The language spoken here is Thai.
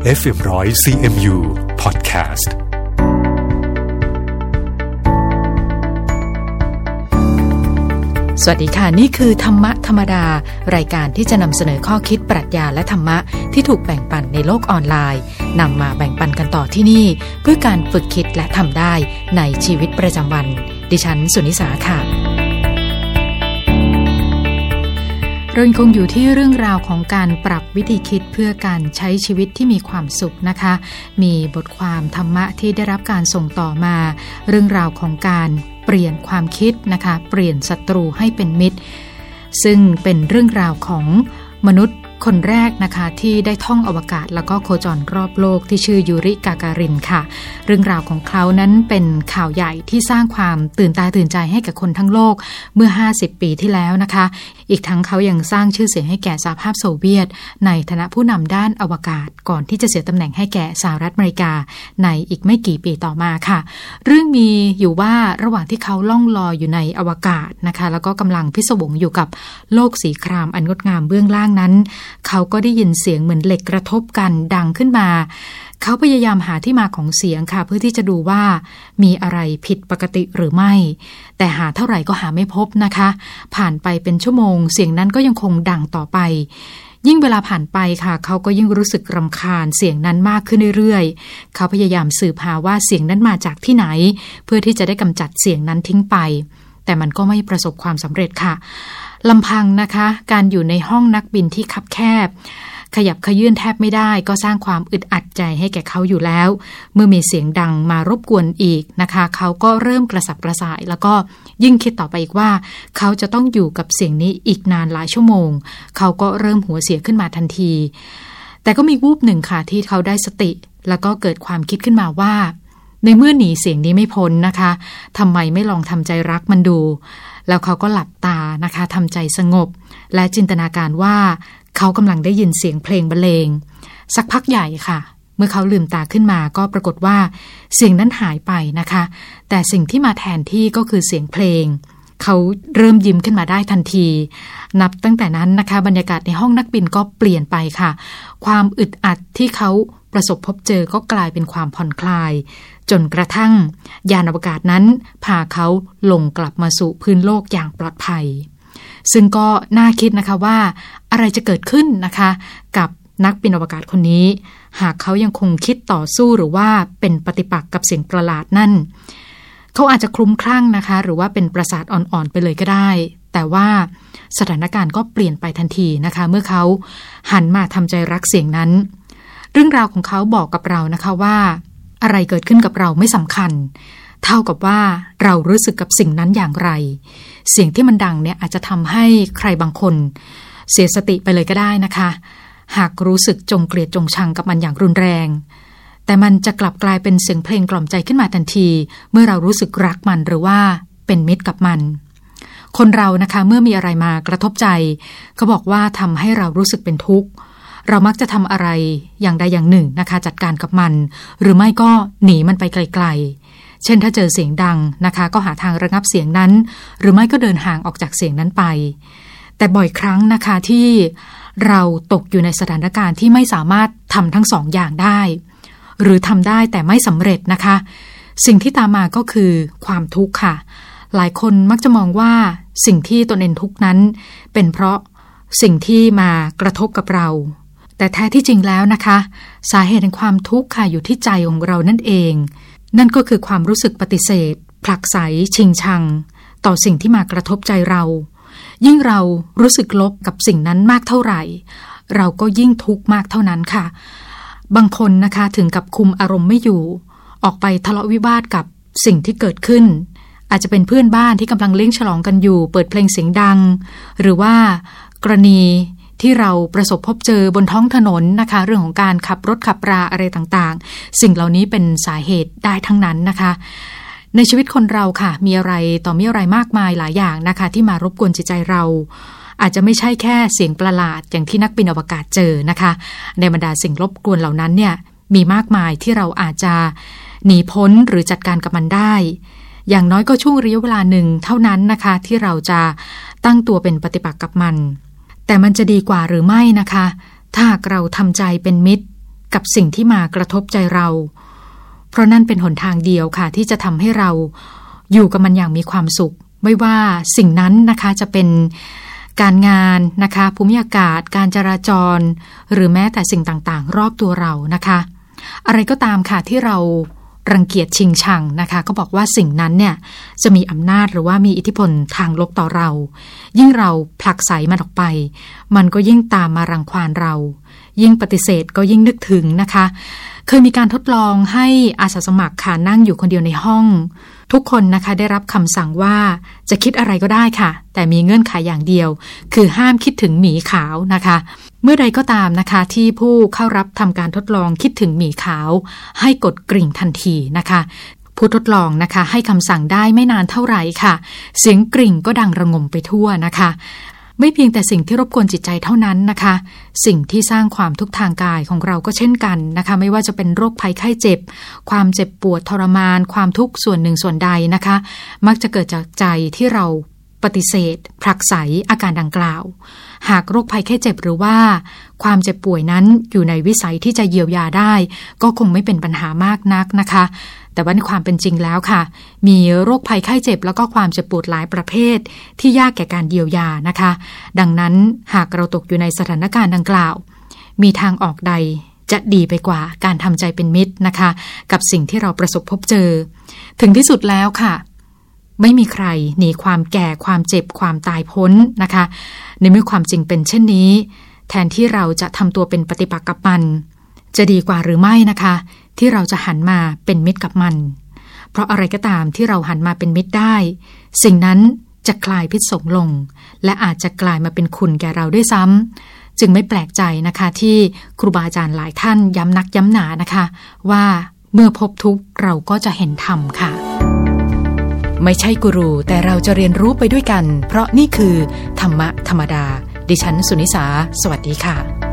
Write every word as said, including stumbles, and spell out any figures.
เอฟ เอ็ม หนึ่งร้อย ซี เอ็ม ยู Podcast สวัสดีค่ะนี่คือธรรมะธรรมดารายการที่จะนำเสนอข้อคิดปรัชญาและธรรมะที่ถูกแบ่งปันในโลกออนไลน์นำมาแบ่งปันกันต่อที่นี่เพื่อการฝึกคิดและทำได้ในชีวิตประจำวันดิฉันสุนิสาค่ะเรายังคงอยู่ที่เรื่องราวของการปรับวิธีคิดเพื่อการใช้ชีวิตที่มีความสุขนะคะมีบทความธรรมะที่ได้รับการส่งต่อมาเรื่องราวของการเปลี่ยนความคิดนะคะเปลี่ยนศัตรูให้เป็นมิตรซึ่งเป็นเรื่องราวของมนุษย์คนแรกนะคะที่ได้ท่องอวกาศแล้วก็โคจรรอบโลกที่ชื่อยูริกาการินค่ะเรื่องราวของเขานั้นเป็นข่าวใหญ่ที่สร้างความตื่นตาตื่นใจให้กับคนทั้งโลกเมื่อห้าสิบปีที่แล้วนะคะอีกทั้งเขายังสร้างชื่อเสียงให้แก่สหภาพโซเวียตในฐานะผู้นำด้านอวกาศก่อนที่จะเสียตำแหน่งให้แก่สหรัฐอเมริกาในอีกไม่กี่ปีต่อมาค่ะเรื่องมีอยู่ว่าระหว่างที่เขาล่องลอยอยู่ในอวกาศนะคะแล้วก็กำลังพิศวงอยู่กับโลกสีครามอันงดงามเบื้องล่างนั้นเขาก็ได้ยินเสียงเหมือนเหล็กกระทบกันดังขึ้นมาเขาพยายามหาที่มาของเสียงค่ะเพื่อที่จะดูว่ามีอะไรผิดปกติหรือไม่แต่หาเท่าไหร่ก็หาไม่พบนะคะผ่านไปเป็นชั่วโมงเสียงนั้นก็ยังคงดังต่อไปยิ่งเวลาผ่านไปค่ะเขาก็ยิ่งรู้สึกรำคาญเสียงนั้นมากขึ้นเรื่อยๆเขาพยายามสืบหาว่าเสียงนั้นมาจากที่ไหนเพื่อที่จะได้กำจัดเสียงนั้นทิ้งไปแต่มันก็ไม่ประสบความสำเร็จค่ะลำพังนะคะการอยู่ในห้องนักบินที่คับแคบขยับขยื่นแทบไม่ได้ก็สร้างความอึดอัดใจให้แก่เขาอยู่แล้วเมื่อมีเสียงดังมารบกวนอีกนะคะเขาก็เริ่มกระสับกระส่ายแล้วก็ยิ่งคิดต่อไปอีกว่าเขาจะต้องอยู่กับเสียงนี้อีกนานหลายชั่วโมงเขาก็เริ่มหัวเสียขึ้นมาทันทีแต่ก็มีวูบหนึ่งค่ะที่เขาได้สติแล้วก็เกิดความคิดขึ้นมาว่าในเมื่อหนีเสียงนี้ไม่พ้นนะคะทำไมไม่ลองทำใจรักมันดูแล้วเขาก็หลับตานะคะทำใจสงบและจินตนาการว่าเขากำลังได้ยินเสียงเพลงบรรเลงสักพักใหญ่ค่ะเมื่อเขาลืมตาขึ้นมาก็ปรากฏว่าเสียงนั้นหายไปนะคะแต่สิ่งที่มาแทนที่ก็คือเสียงเพลงเขาเริ่มยิ้มขึ้นมาได้ทันทีนับตั้งแต่นั้นนะคะบรรยากาศในห้องนักบินก็เปลี่ยนไปค่ะความอึดอัดที่เขาประสบพบเจอก็กลายเป็นความผ่อนคลายจนกระทั่งยานอวกาศนั้นพาเขาลงกลับมาสู่พื้นโลกอย่างปลอดภัยซึ่งก็น่าคิดนะคะว่าอะไรจะเกิดขึ้นนะคะกับนักบินอวกาศคนนี้หากเขายังคงคิดต่อสู้หรือว่าเป็นปฏิปักษ์กับเสียงประหลาดนั่นเขาอาจจะคลุ้มคลั่งนะคะหรือว่าเป็นประสาทอ่อนๆไปเลยก็ได้แต่ว่าสถานการณ์ก็เปลี่ยนไปทันทีนะคะเมื่อเขาหันมาทำใจรักเสียงนั้นเรื่องราวของเขาบอกกับเรานะคะว่าอะไรเกิดขึ้นกับเราไม่สำคัญเท่ากับว่าเรารู้สึกกับสิ่งนั้นอย่างไรเสียงที่มันดังเนี่ยอาจจะทำให้ใครบางคนเสียสติไปเลยก็ได้นะคะหากรู้สึกจงเกลียดจงชังกับมันอย่างรุนแรงแต่มันจะกลับกลายเป็นเสียงเพลงกล่อมใจขึ้นมาทันทีเมื่อเรารู้สึกรักมันหรือว่าเป็นมิตรกับมันคนเรานะคะเมื่อมีอะไรมากระทบใจเขาบอกว่าทำให้เรารู้สึกเป็นทุกข์เรามักจะทำอะไรอย่างใดอย่างหนึ่งนะคะจัดการกับมันหรือไม่ก็หนีมันไปไกลๆเช่นถ้าเจอเสียงดังนะคะก็หาทางระงับเสียงนั้นหรือไม่ก็เดินห่างออกจากเสียงนั้นไปแต่บ่อยครั้งนะคะที่เราตกอยู่ในสถานการณ์ที่ไม่สามารถทำทั้งสองอย่างได้หรือทำได้แต่ไม่สำเร็จนะคะสิ่งที่ตามมาก็คือความทุกข์ค่ะหลายคนมักจะมองว่าสิ่งที่ตนเองทุกข์นั้นเป็นเพราะสิ่งที่มากระทบกับเราแต่แท้ที่จริงแล้วนะคะสาเหตุแห่งความทุกข์ค่ะอยู่ที่ใจของเรานั่นเองนั่นก็คือความรู้สึกปฏิเสธผลักไสชิงชังต่อสิ่งที่มากระทบใจเรายิ่งเรารู้สึกลบกับสิ่งนั้นมากเท่าไหร่เราก็ยิ่งทุกข์มากเท่านั้นค่ะบางคนนะคะถึงกับคุมอารมณ์ไม่อยู่ออกไปทะเลาะวิวาทกับสิ่งที่เกิดขึ้นอาจจะเป็นเพื่อนบ้านที่กำลังเลี้ยงฉลองกันอยู่เปิดเพลงเสียงดังหรือว่ากรณีที่เราประสบพบเจอบนท้องถนนนะคะเรื่องของการขับรถขับราอะไรต่างๆสิ่งเหล่านี้เป็นสาเหตุได้ทั้งนั้นนะคะในชีวิตคนเราค่ะมีอะไรต่อมีอะไรมากมายหลายอย่างนะคะที่มารบกวนจิตใจเราอาจจะไม่ใช่แค่เสียงประหลาดอย่างที่นักบินอวกาศเจอนะคะในบรรดาสิ่งรบกวนเหล่านั้นเนี่ยมีมากมายที่เราอาจจะหนีพ้นหรือจัดการกับมันได้อย่างน้อยก็ช่วงระยะเวลาหนึ่งเท่านั้นนะคะที่เราจะตั้งตัวเป็นปฏิปักษ์กับมันแต่มันจะดีกว่าหรือไม่นะคะถ้าหากเราทำใจเป็นมิตรกับสิ่งที่มากระทบใจเราเพราะนั่นเป็นหนทางเดียวค่ะที่จะทำให้เราอยู่กับมันอย่างมีความสุขไม่ว่าสิ่งนั้นนะคะจะเป็นการงานนะคะภูมิอากาศการจราจรหรือแม้แต่สิ่งต่างๆรอบตัวเรานะคะอะไรก็ตามค่ะที่เรารังเกียจชิงชังนะคะก็บอกว่าสิ่งนั้นเนี่ยจะมีอำนาจหรือว่ามีอิทธิพลทางลบต่อเรายิ่งเราผลักไสมันออกไปมันก็ยิ่งตามมารังควานเรายิ่งปฏิเสธก็ยิ่งนึกถึงนะคะเคยมีการทดลองให้อาสาสมัครค่ะนั่งอยู่คนเดียวในห้องทุกคนนะคะได้รับคำสั่งว่าจะคิดอะไรก็ได้ค่ะแต่มีเงื่อนไขอย่างเดียวคือห้ามคิดถึงหมีขาวนะคะเมื่อใดก็ตามนะคะที่ผู้เข้ารับทำการทดลองคิดถึงหมีขาวให้กดกริ่งทันทีนะคะผู้ทดลองนะคะให้คำสั่งได้ไม่นานเท่าไหร่ค่ะเสียงกริ่งก็ดังระงมไปทั่วนะคะไม่เพียงแต่สิ่งที่รบกวนจิตใจเท่านั้นนะคะสิ่งที่สร้างความทุกข์ทางกายของเราก็เช่นกันนะคะไม่ว่าจะเป็นโรคภัยไข้เจ็บความเจ็บปวดทรมานความทุกข์ส่วนหนึ่งส่วนใดนะคะมักจะเกิดจากใจที่เราปฏิเสธผลักไสอาการดังกล่าวหากโรคภัยไข้เจ็บหรือว่าความเจ็บป่วยนั้นอยู่ในวิสัยที่จะเยียวยาได้ก็คงไม่เป็นปัญหามากนักนะคะแต่ว่าในความเป็นจริงแล้วค่ะมีโรคภัยไข้เจ็บแล้วก็ความเจ็บปวดหลายประเภทที่ยากแก่การเยียวยานะคะดังนั้นหากเราตกอยู่ในสถานการณ์ดังกล่าวมีทางออกใดจะดีไปกว่าการทำใจเป็นมิตรนะคะกับสิ่งที่เราประสบพบเจอถึงที่สุดแล้วค่ะไม่มีใครหนีความแก่ความเจ็บความตายพ้นนะคะในเมื่อความจริงเป็นเช่นนี้แทนที่เราจะทำตัวเป็นปฏิปักษ์กับมันจะดีกว่าหรือไม่นะคะที่เราจะหันมาเป็นมิตรกับมันเพราะอะไรก็ตามที่เราหันมาเป็นมิตรได้สิ่งนั้นจะคลายพิษสงลงและอาจจะกลายมาเป็นคุณแก่เราด้วยซ้ำจึงไม่แปลกใจนะคะที่ครูบาอาจารย์หลายท่านย้ำนักย้ำหนานะคะว่าเมื่อพบทุกข์เราก็จะเห็นธรรมค่ะไม่ใช่กูรูแต่เราจะเรียนรู้ไปด้วยกันเพราะนี่คือธรรมะธรรมดาดิฉันสุนิสาสวัสดีค่ะ